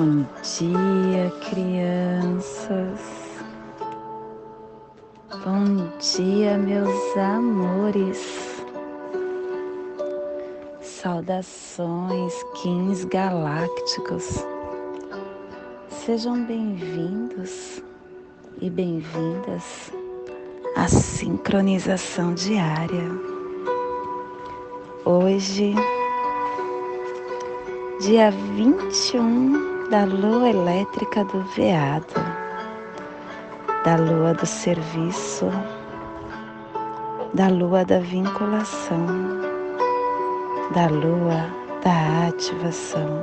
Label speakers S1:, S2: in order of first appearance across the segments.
S1: Bom dia, crianças. Bom dia, meus amores. Saudações, Kins galácticos. Sejam bem-vindos e bem-vindas à sincronização diária. Hoje, dia 21 da lua elétrica do veado, da lua do serviço, da lua da vinculação, da lua da ativação,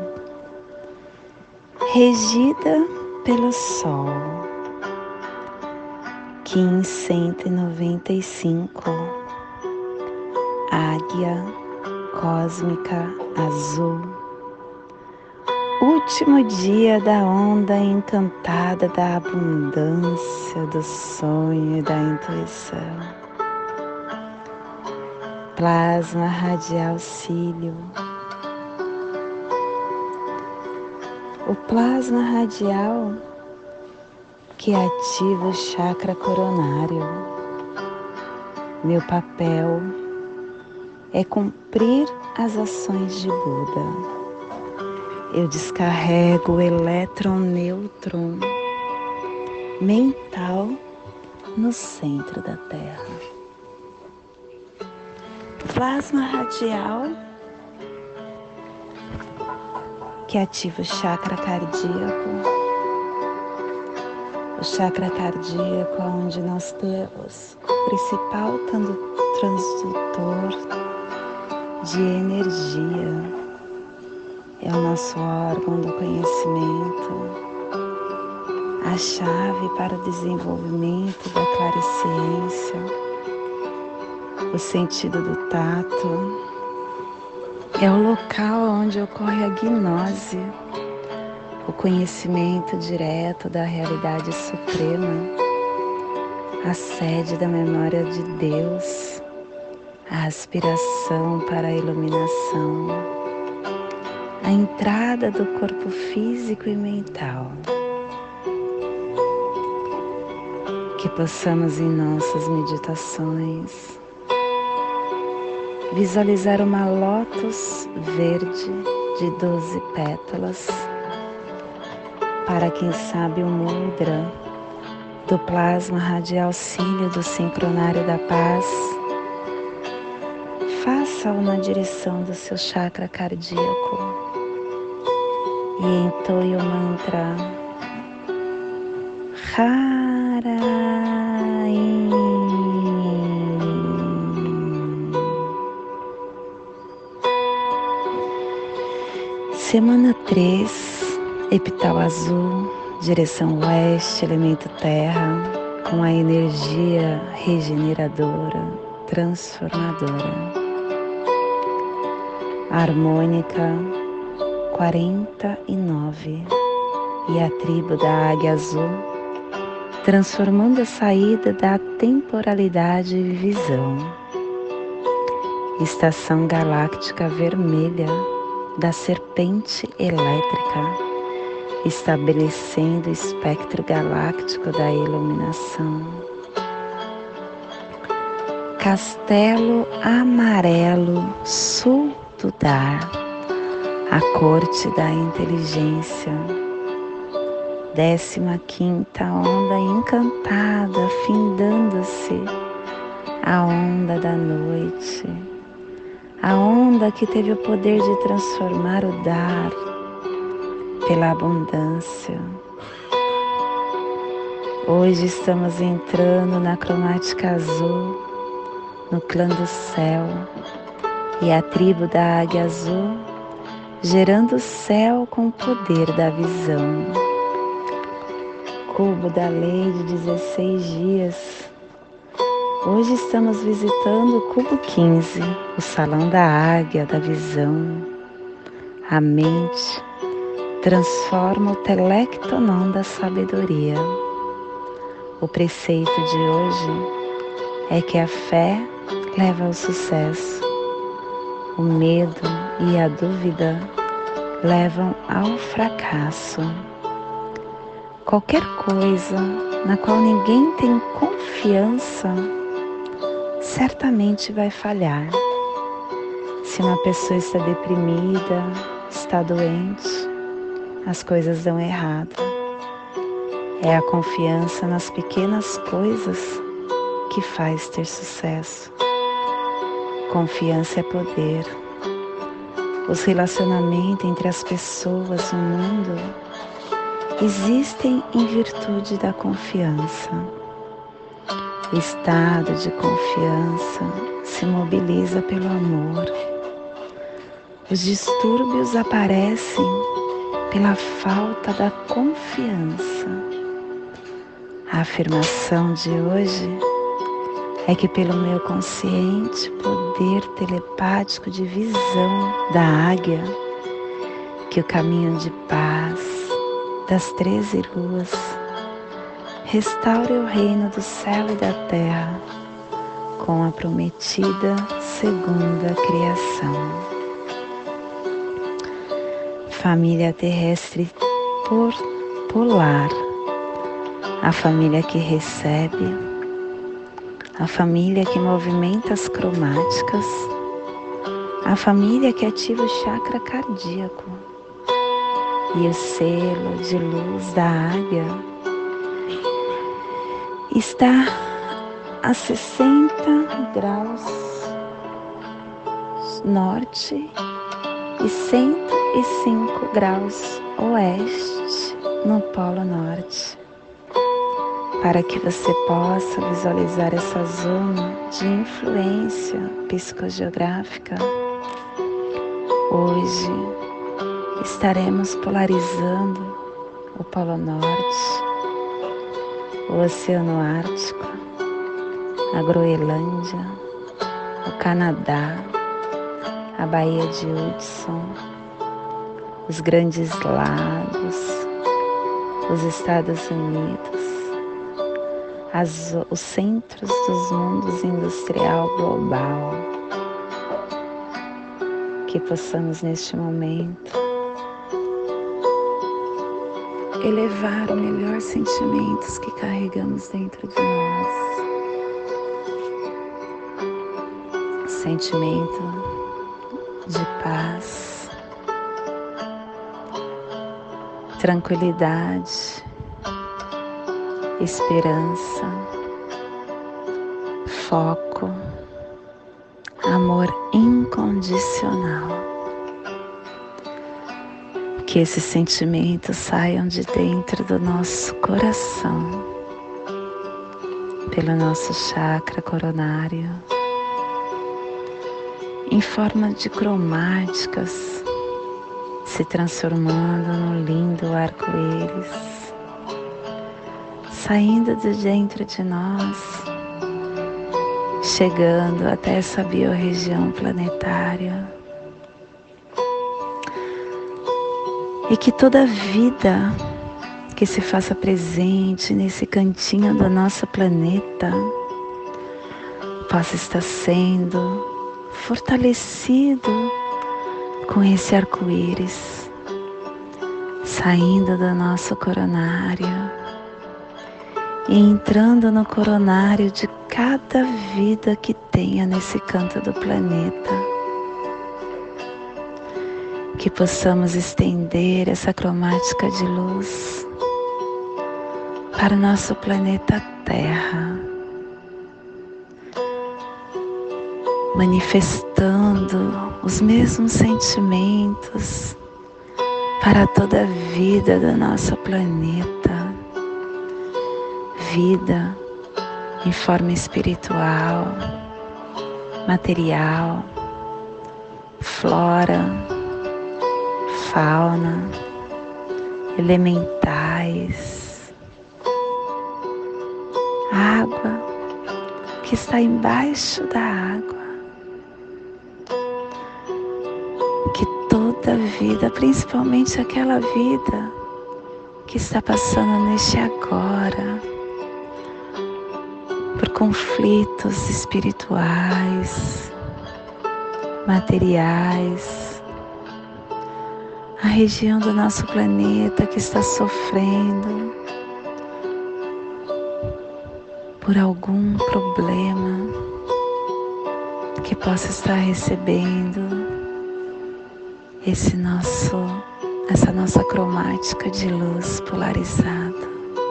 S1: regida pelo Sol, Kim 195, Águia cósmica azul. Último dia da onda encantada da abundância, do sonho e da intuição. Plasma radial cílio. O plasma radial que ativa o chakra coronário. Meu papel é cumprir as ações de Buda. Eu descarrego o elétron-nêutron mental no centro da Terra. Plasma radial que ativa o chakra cardíaco. O chakra cardíaco é onde nós temos o principal transdutor de energia. É o nosso órgão do conhecimento, a chave para o desenvolvimento da clarisciência, o sentido do tato. É o local onde ocorre a gnose, o conhecimento direto da realidade suprema, a sede da memória de Deus, a aspiração para a iluminação, a entrada do corpo físico e mental. Que possamos em nossas meditações visualizar uma lótus verde de 12 pétalas, para quem sabe o mudra do plasma radial cílio do sincronário da paz. Faça-o na direção do seu chakra cardíaco e entoie o mantra Haraim. Semana 3, epital azul, direção oeste, elemento terra, com a energia regeneradora, transformadora. Harmônica 49 e a tribo da águia azul, transformando a saída da temporalidade e visão. Estação galáctica vermelha da serpente elétrica, estabelecendo o espectro galáctico da iluminação. Castelo amarelo sul do Dar, a corte da inteligência. 15ª onda encantada, findando-se a onda da noite, a onda que teve o poder de transformar o dar pela abundância. Hoje estamos entrando na cromática azul, no clã do céu, e a tribo da águia azul, gerando o céu com o poder da visão. Cubo da lei de 16 dias. Hoje estamos visitando o cubo 15, o salão da águia, da visão. A mente transforma o telectonon da sabedoria. O preceito de hoje é que a fé leva ao sucesso. O medo e a dúvida levam ao fracasso. Qualquer coisa na qual ninguém tem confiança certamente vai falhar. Se uma pessoa está deprimida, está doente, as coisas dão errado. É a confiança nas pequenas coisas que faz ter sucesso. Confiança é poder. Os relacionamentos entre as pessoas no mundo existem em virtude da confiança. O estado de confiança se mobiliza pelo amor. Os distúrbios aparecem pela falta da confiança. A afirmação de hoje é que pelo meu consciente poder telepático de visão da águia, que o caminho de paz das 13 luas restaure o reino do céu e da terra com a prometida segunda criação. Família terrestre polar, a família que recebe, a família que movimenta as cromáticas, a família que ativa o chakra cardíaco e o selo de luz da águia está a 60 graus norte e 105 graus oeste no Polo Norte. Para que você possa visualizar essa zona de influência psicogeográfica, hoje estaremos polarizando o Polo Norte, o Oceano Ártico, a Groenlândia, o Canadá, a Baía de Hudson, os Grandes Lagos, os Estados Unidos, os centros dos mundos industrial global. Que possamos neste momento elevar o melhor sentimentos que carregamos dentro de nós. Sentimento de paz, tranquilidade, esperança, foco, amor incondicional. Que esses sentimentos saiam de dentro do nosso coração, pelo nosso chakra coronário, em forma de cromáticas, se transformando num lindo arco-íris, saindo de dentro de nós, chegando até essa biorregião planetária. E que toda vida que se faça presente nesse cantinho do nosso planeta possa estar sendo fortalecido com esse arco-íris, saindo do nosso coronário e entrando no coronário de cada vida que tenha nesse canto do planeta. Que possamos estender essa cromática de luz para o nosso planeta Terra, manifestando os mesmos sentimentos para toda a vida do nosso planeta. Vida em forma espiritual, material, flora, fauna, elementais, água que está embaixo da água, que toda vida, principalmente aquela vida que está passando neste agora, por conflitos espirituais, materiais, a região do nosso planeta que está sofrendo por algum problema, que possa estar recebendo essa nossa cromática de luz polarizada,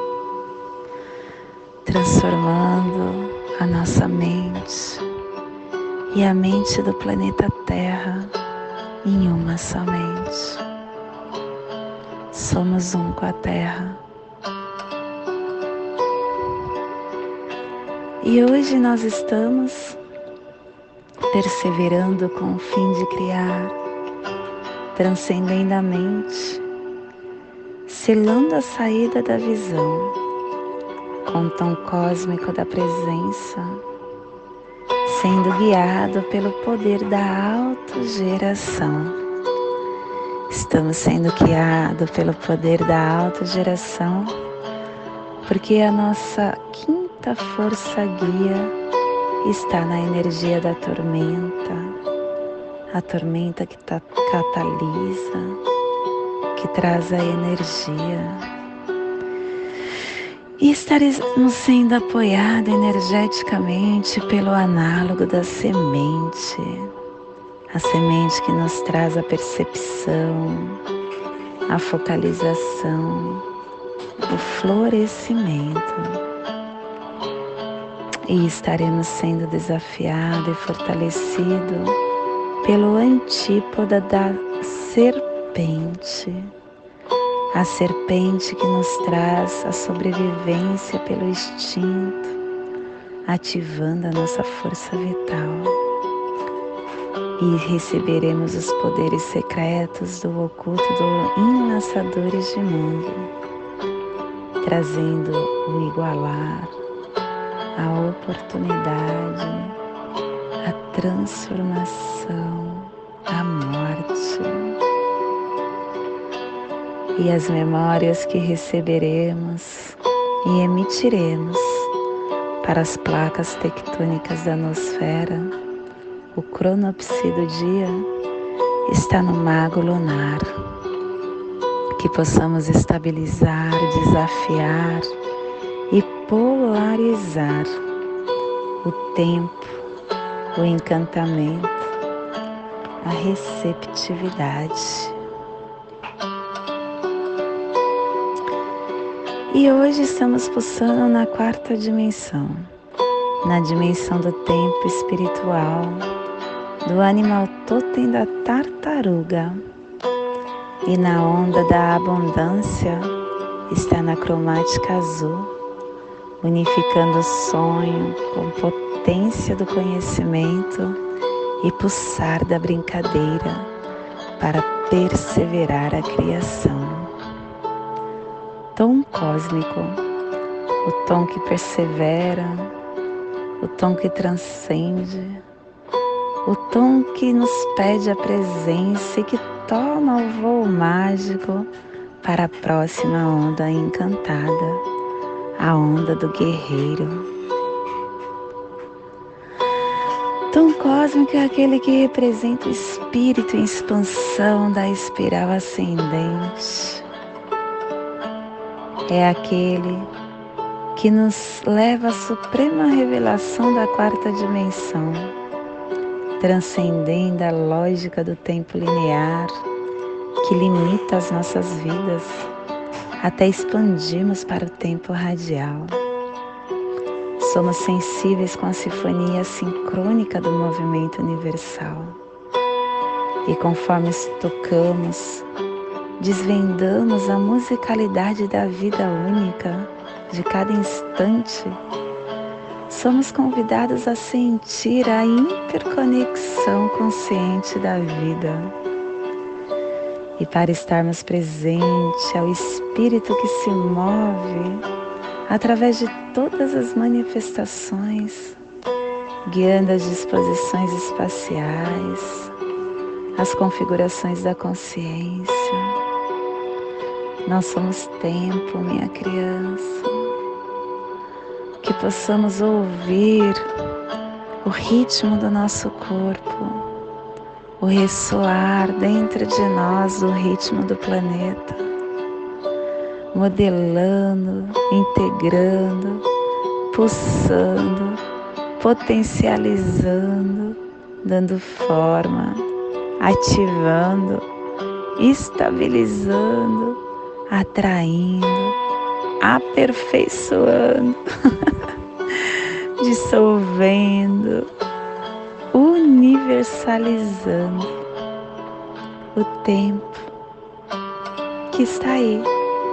S1: transformando a nossa mente e a mente do planeta Terra em uma somente. Somos um com a Terra. E hoje nós estamos perseverando com o fim de criar, transcendendo a mente, selando a saída da visão, com o tom cósmico da presença, sendo guiado pelo poder da autogeração. Estamos sendo guiados pelo poder da autogeração, porque a nossa quinta força guia está na energia da tormenta, a tormenta que catalisa, que traz a energia. E estaremos sendo apoiados energeticamente pelo análogo da semente, a semente que nos traz a percepção, a focalização, o florescimento. E estaremos sendo desafiados e fortalecidos pelo antípoda da serpente. A serpente que nos traz a sobrevivência pelo instinto, ativando a nossa força vital. E receberemos os poderes secretos do oculto do Enlaçadores de Mundo, trazendo o igualar, a oportunidade, a transformação, a morte. E as memórias que receberemos e emitiremos para as placas tectônicas da nosfera, o cronopsi do dia está no mago lunar. Que possamos estabilizar, desafiar e polarizar o tempo, o encantamento, a receptividade. E hoje estamos pulsando na quarta dimensão, na dimensão do tempo espiritual, do animal totem da tartaruga. E na onda da abundância está na cromática azul, unificando o sonho com potência do conhecimento e pulsar da brincadeira para perseverar a criação. Tom cósmico, o tom que persevera, o tom que transcende, o tom que nos pede a presença e que toma o voo mágico para a próxima onda encantada, a onda do guerreiro. Tom cósmico é aquele que representa o espírito em expansão da espiral ascendente. É aquele que nos leva à suprema revelação da quarta dimensão, transcendendo a lógica do tempo linear que limita as nossas vidas até expandirmos para o tempo radial. Somos sensíveis com a sinfonia sincrônica do movimento universal. E conforme tocamos, desvendamos a musicalidade da vida única de cada instante, somos convidados a sentir a interconexão consciente da vida. E para estarmos presentes ao Espírito que se move através de todas as manifestações, guiando as disposições espaciais, as configurações da consciência. Nós somos tempo, minha criança. Que possamos ouvir o ritmo do nosso corpo, o ressoar dentro de nós o ritmo do planeta, modelando, integrando, pulsando, potencializando, dando forma, ativando, estabilizando, atraindo, aperfeiçoando, dissolvendo, universalizando o tempo que está aí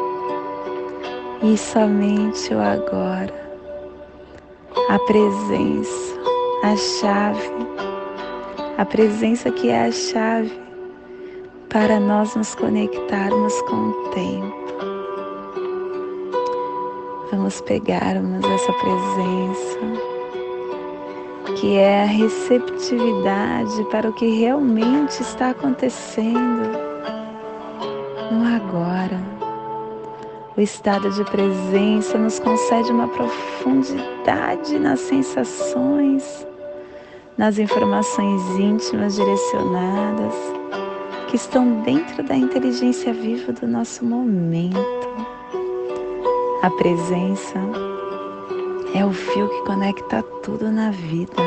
S1: e somente o agora, a presença, a chave, a presença que é a chave para nós nos conectarmos com o tempo. Vamos pegarmos essa presença, que é a receptividade para o que realmente está acontecendo no agora. O estado de presença nos concede uma profundidade nas sensações, nas informações íntimas direcionadas, que estão dentro da inteligência viva do nosso momento. A presença é o fio que conecta tudo na vida.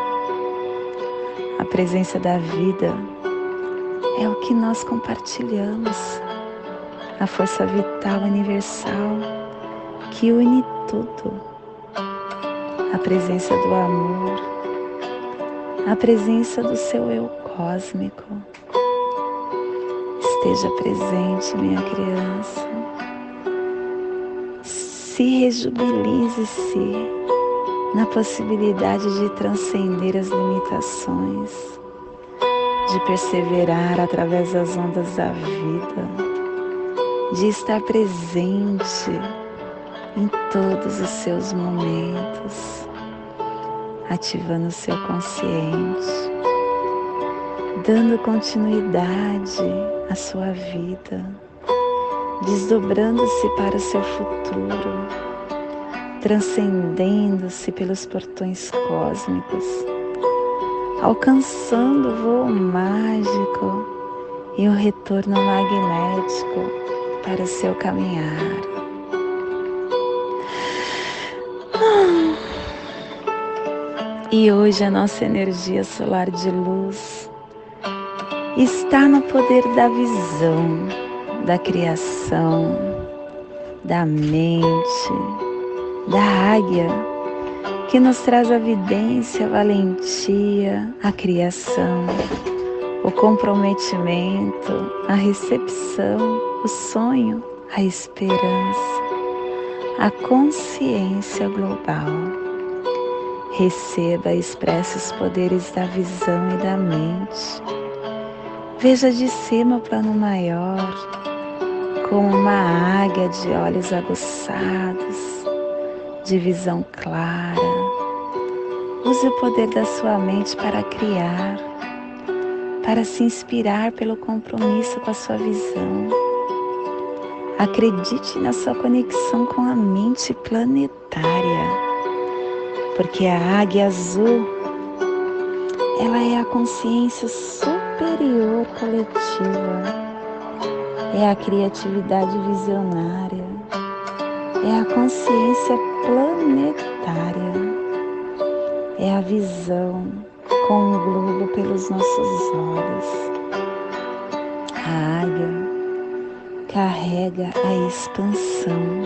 S1: A presença da vida é o que nós compartilhamos, a força vital universal que une tudo. A presença do amor, a presença do seu eu cósmico. Esteja presente, minha criança. Se rejubilize-se na possibilidade de transcender as limitações, de perseverar através das ondas da vida, de estar presente em todos os seus momentos, ativando o seu consciente, dando continuidade à sua vida, desdobrando-se para o seu futuro, transcendendo-se pelos portões cósmicos, alcançando o voo mágico e o retorno magnético para o seu caminhar. E hoje a nossa energia solar de luz está no poder da visão, da criação, da mente, da águia, que nos traz a vidência, a valentia, a criação, o comprometimento, a recepção, o sonho, a esperança, a consciência global. Receba e expresse os poderes da visão e da mente. Veja de cima o plano maior, como uma águia de olhos aguçados, de visão clara. Use o poder da sua mente para criar, para se inspirar pelo compromisso com a sua visão. Acredite na sua conexão com a mente planetária, porque a águia azul, ela é a consciência superior coletiva, é a criatividade visionária, é a consciência planetária, é a visão com o globo pelos nossos olhos. A águia carrega a expansão.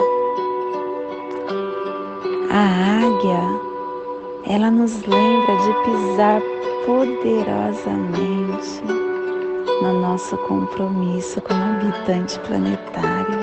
S1: A águia, ela nos lembra de pisar poderosamente no nosso compromisso como habitante planetário,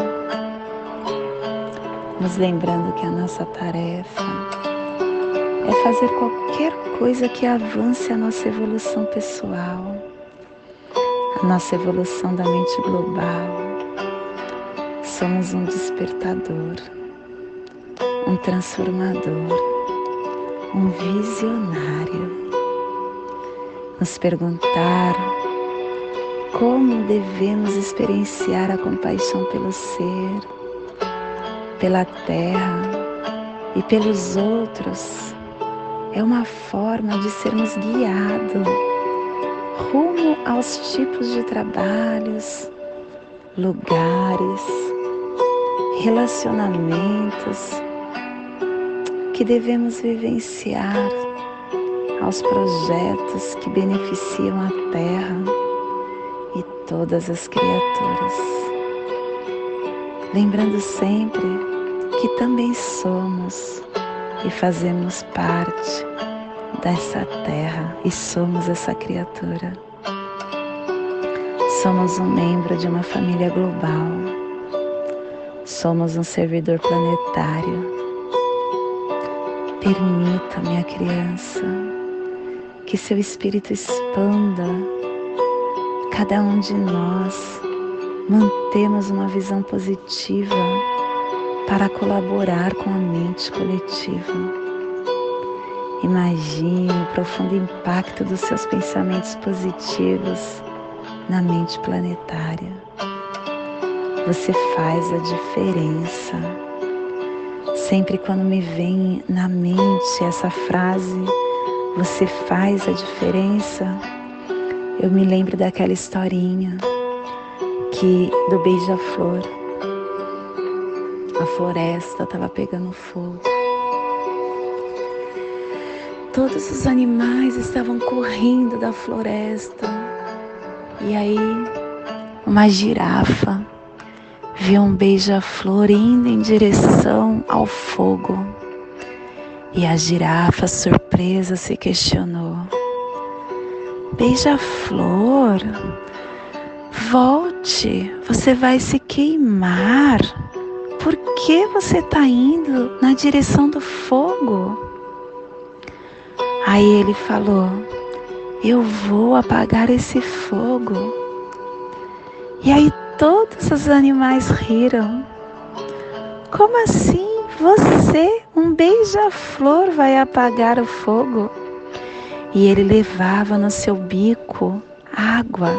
S1: nos lembrando que a nossa tarefa é fazer qualquer coisa que avance a nossa evolução pessoal, a nossa evolução da mente global. Somos um despertador, um transformador, um visionário. Nos perguntar como devemos experienciar a compaixão pelo ser, pela terra e pelos outros é uma forma de sermos guiados rumo aos tipos de trabalhos, lugares, relacionamentos que devemos vivenciar, aos projetos que beneficiam a Terra e todas as criaturas. Lembrando sempre que também somos e fazemos parte dessa Terra e somos essa criatura. Somos um membro de uma família global. Somos um servidor planetário. Permita, minha criança, que seu espírito expanda. Cada um de nós mantemos uma visão positiva para colaborar com a mente coletiva. Imagine o profundo impacto dos seus pensamentos positivos na mente planetária. Você faz a diferença. Sempre quando me vem na mente essa frase, você faz a diferença, eu me lembro daquela historinha do beija-flor. A floresta estava pegando fogo. Todos os animais estavam correndo da floresta. E aí, uma girafa viu um beija-flor indo em direção ao fogo. E a girafa, surpresa, se questionou: beija-flor, volte, você vai se queimar. Por que você está indo na direção do fogo? Aí ele falou: eu vou apagar esse fogo. E aí todos os animais riram. Como assim? Você, um beija-flor, vai apagar o fogo? E ele levava no seu bico água.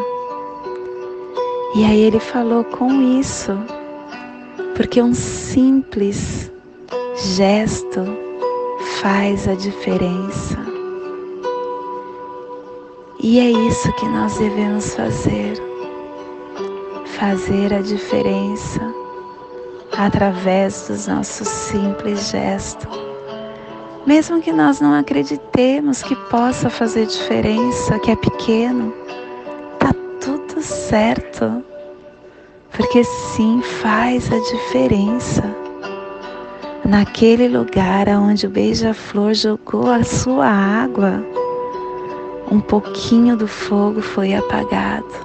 S1: E aí ele falou: com isso, porque um simples gesto faz a diferença. E é isso que nós devemos fazer. Fazer a diferença através dos nossos simples gestos. Mesmo que nós não acreditemos que possa fazer diferença, que é pequeno, tá tudo certo. Porque sim, faz a diferença. Naquele lugar onde o beija-flor jogou a sua água, um pouquinho do fogo foi apagado.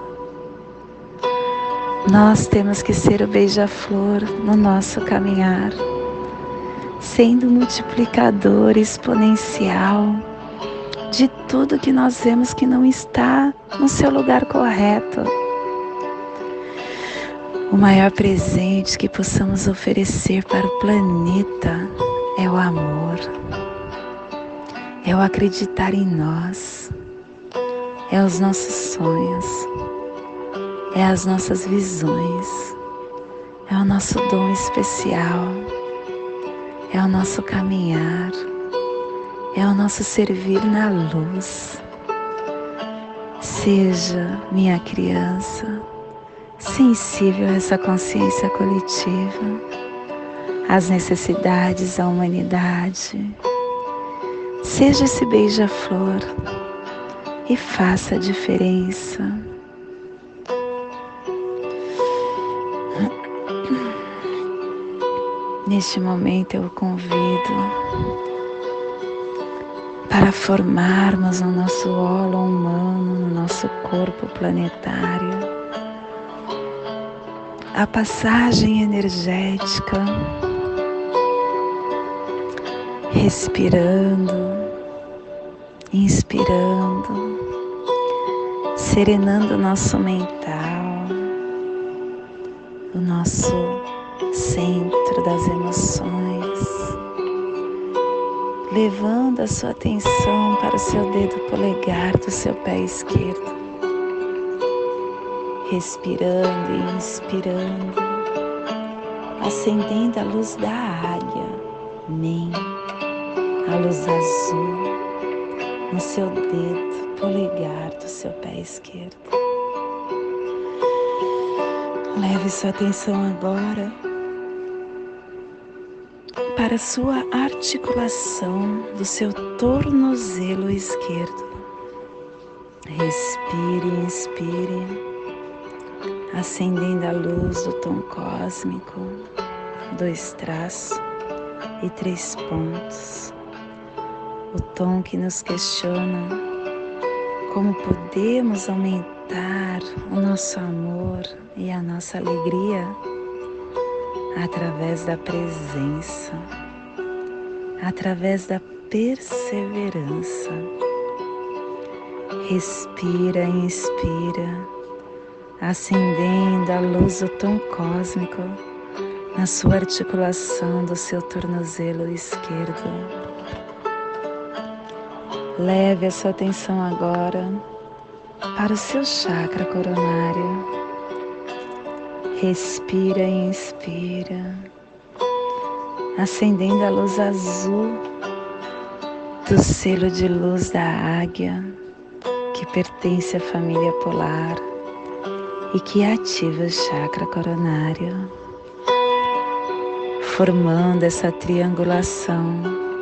S1: Nós temos que ser o beija-flor no nosso caminhar, sendo multiplicador exponencial de tudo que nós vemos que não está no seu lugar correto. O maior presente que possamos oferecer para o planeta é o amor, é o acreditar em nós, é os nossos sonhos, é as nossas visões, é o nosso dom especial, é o nosso caminhar, é o nosso servir na luz. Seja, minha criança, sensível a essa consciência coletiva, às necessidades da humanidade. Seja esse beija-flor e faça a diferença. Neste momento eu o convido para formarmos no nosso holo humano, no nosso corpo planetário, a passagem energética, respirando, inspirando, serenando o nosso mental, o nosso centro das emoções, levando a sua atenção para o seu dedo polegar do seu pé esquerdo, respirando e inspirando, acendendo a luz da águia, Nem, a luz azul no seu dedo, polegar do seu pé esquerdo. Leve sua atenção agora para a sua articulação do seu tornozelo esquerdo. Respire e inspire, acendendo a luz do tom cósmico, 2 traços e 3 pontos. O tom que nos questiona como podemos aumentar o nosso amor e a nossa alegria através da presença, através da perseverança. Respira e inspira, acendendo a luz do tom cósmico na sua articulação do seu tornozelo esquerdo. Leve a sua atenção agora para o seu chakra coronário. Respira e inspira, acendendo a luz azul do selo de luz da águia, que pertence à família polar e que ativa o chakra coronário, formando essa triangulação.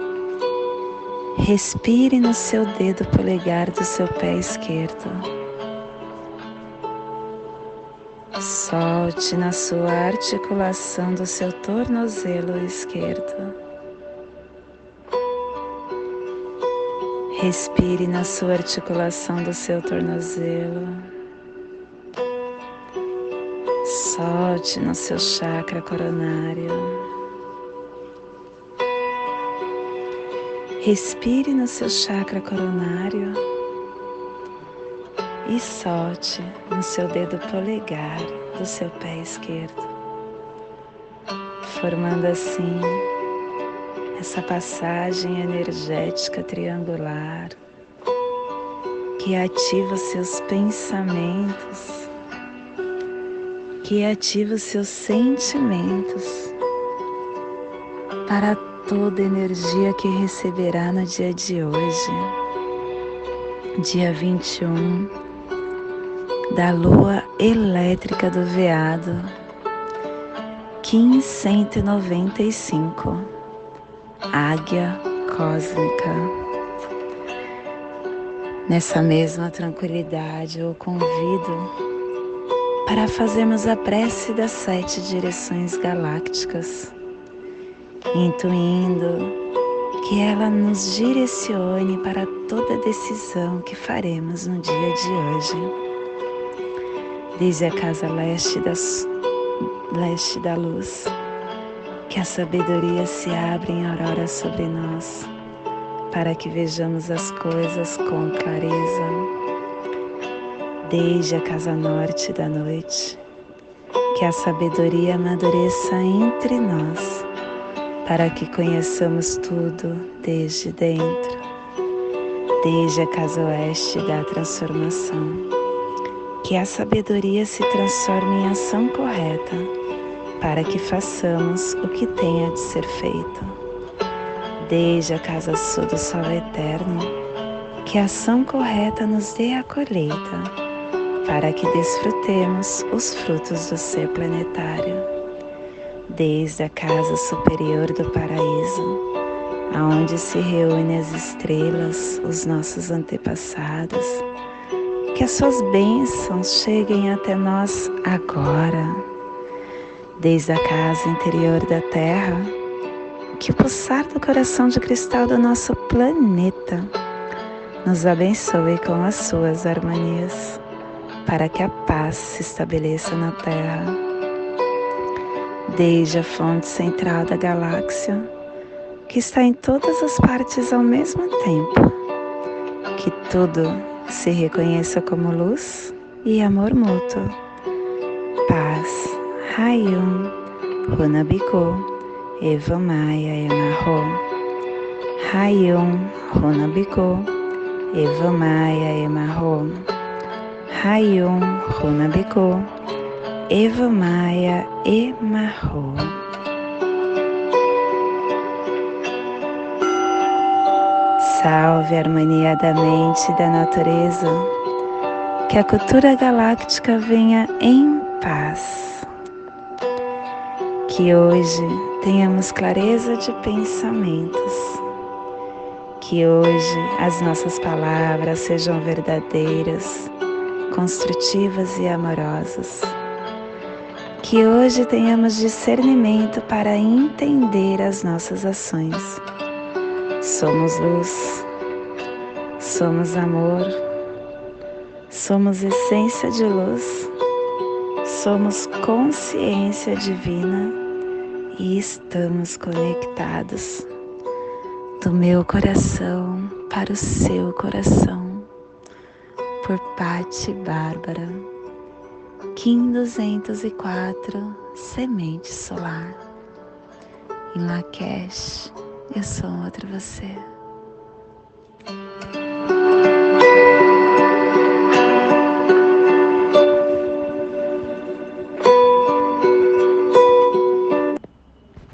S1: Respire no seu dedo polegar do seu pé esquerdo. Solte na sua articulação do seu tornozelo esquerdo. Respire na sua articulação do seu tornozelo. Solte no seu chakra coronário. Respire no seu chakra coronário e solte no seu dedo polegar do seu pé esquerdo, formando assim essa passagem energética triangular que ativa os seus pensamentos, que ativa os seus sentimentos para toda a energia que receberá no dia de hoje, dia 21 da lua elétrica do veado, Kim 195, águia cósmica. Nessa mesma tranquilidade, eu convido para fazermos a prece das 7 direções galácticas, intuindo que ela nos direcione para toda decisão que faremos no dia de hoje. Desde a casa leste da luz, que a sabedoria se abre em aurora sobre nós, para que vejamos as coisas com clareza. Desde a casa norte da noite, que a sabedoria amadureça entre nós, para que conheçamos tudo desde dentro. Desde a casa oeste da transformação, que a sabedoria se transforme em ação correta, para que façamos o que tenha de ser feito. Desde a casa sul do sol eterno, que a ação correta nos dê a colheita, para que desfrutemos os frutos do ser planetário. Desde a casa superior do paraíso, aonde se reúnem as estrelas, os nossos antepassados, que as suas bênçãos cheguem até nós agora. Desde a casa interior da Terra, que o pulsar do coração de cristal do nosso planeta nos abençoe com as suas harmonias, para que a paz se estabeleça na Terra. Desde a fonte central da galáxia, que está em todas as partes ao mesmo tempo, que tudo se reconheça como luz e amor mútuo. Paz, Raiyum, Runabiku, Eva Maia Emarro. Raiyum, Runabiku, Eva Maia Emarro. Raiyum, Runabiku, Eva Maia Emarro. salve a harmonia da mente e da natureza. Que a cultura galáctica venha em paz. Que hoje tenhamos clareza de pensamentos. Que hoje as nossas palavras sejam verdadeiras, construtivas e amorosas. Que hoje tenhamos discernimento para entender as nossas ações. Somos luz, somos amor, somos essência de luz, somos consciência divina e estamos conectados do meu coração para o seu coração, por Patti Bárbara, Kim 204, Semente Solar. Em Lakesh, eu sou outra você.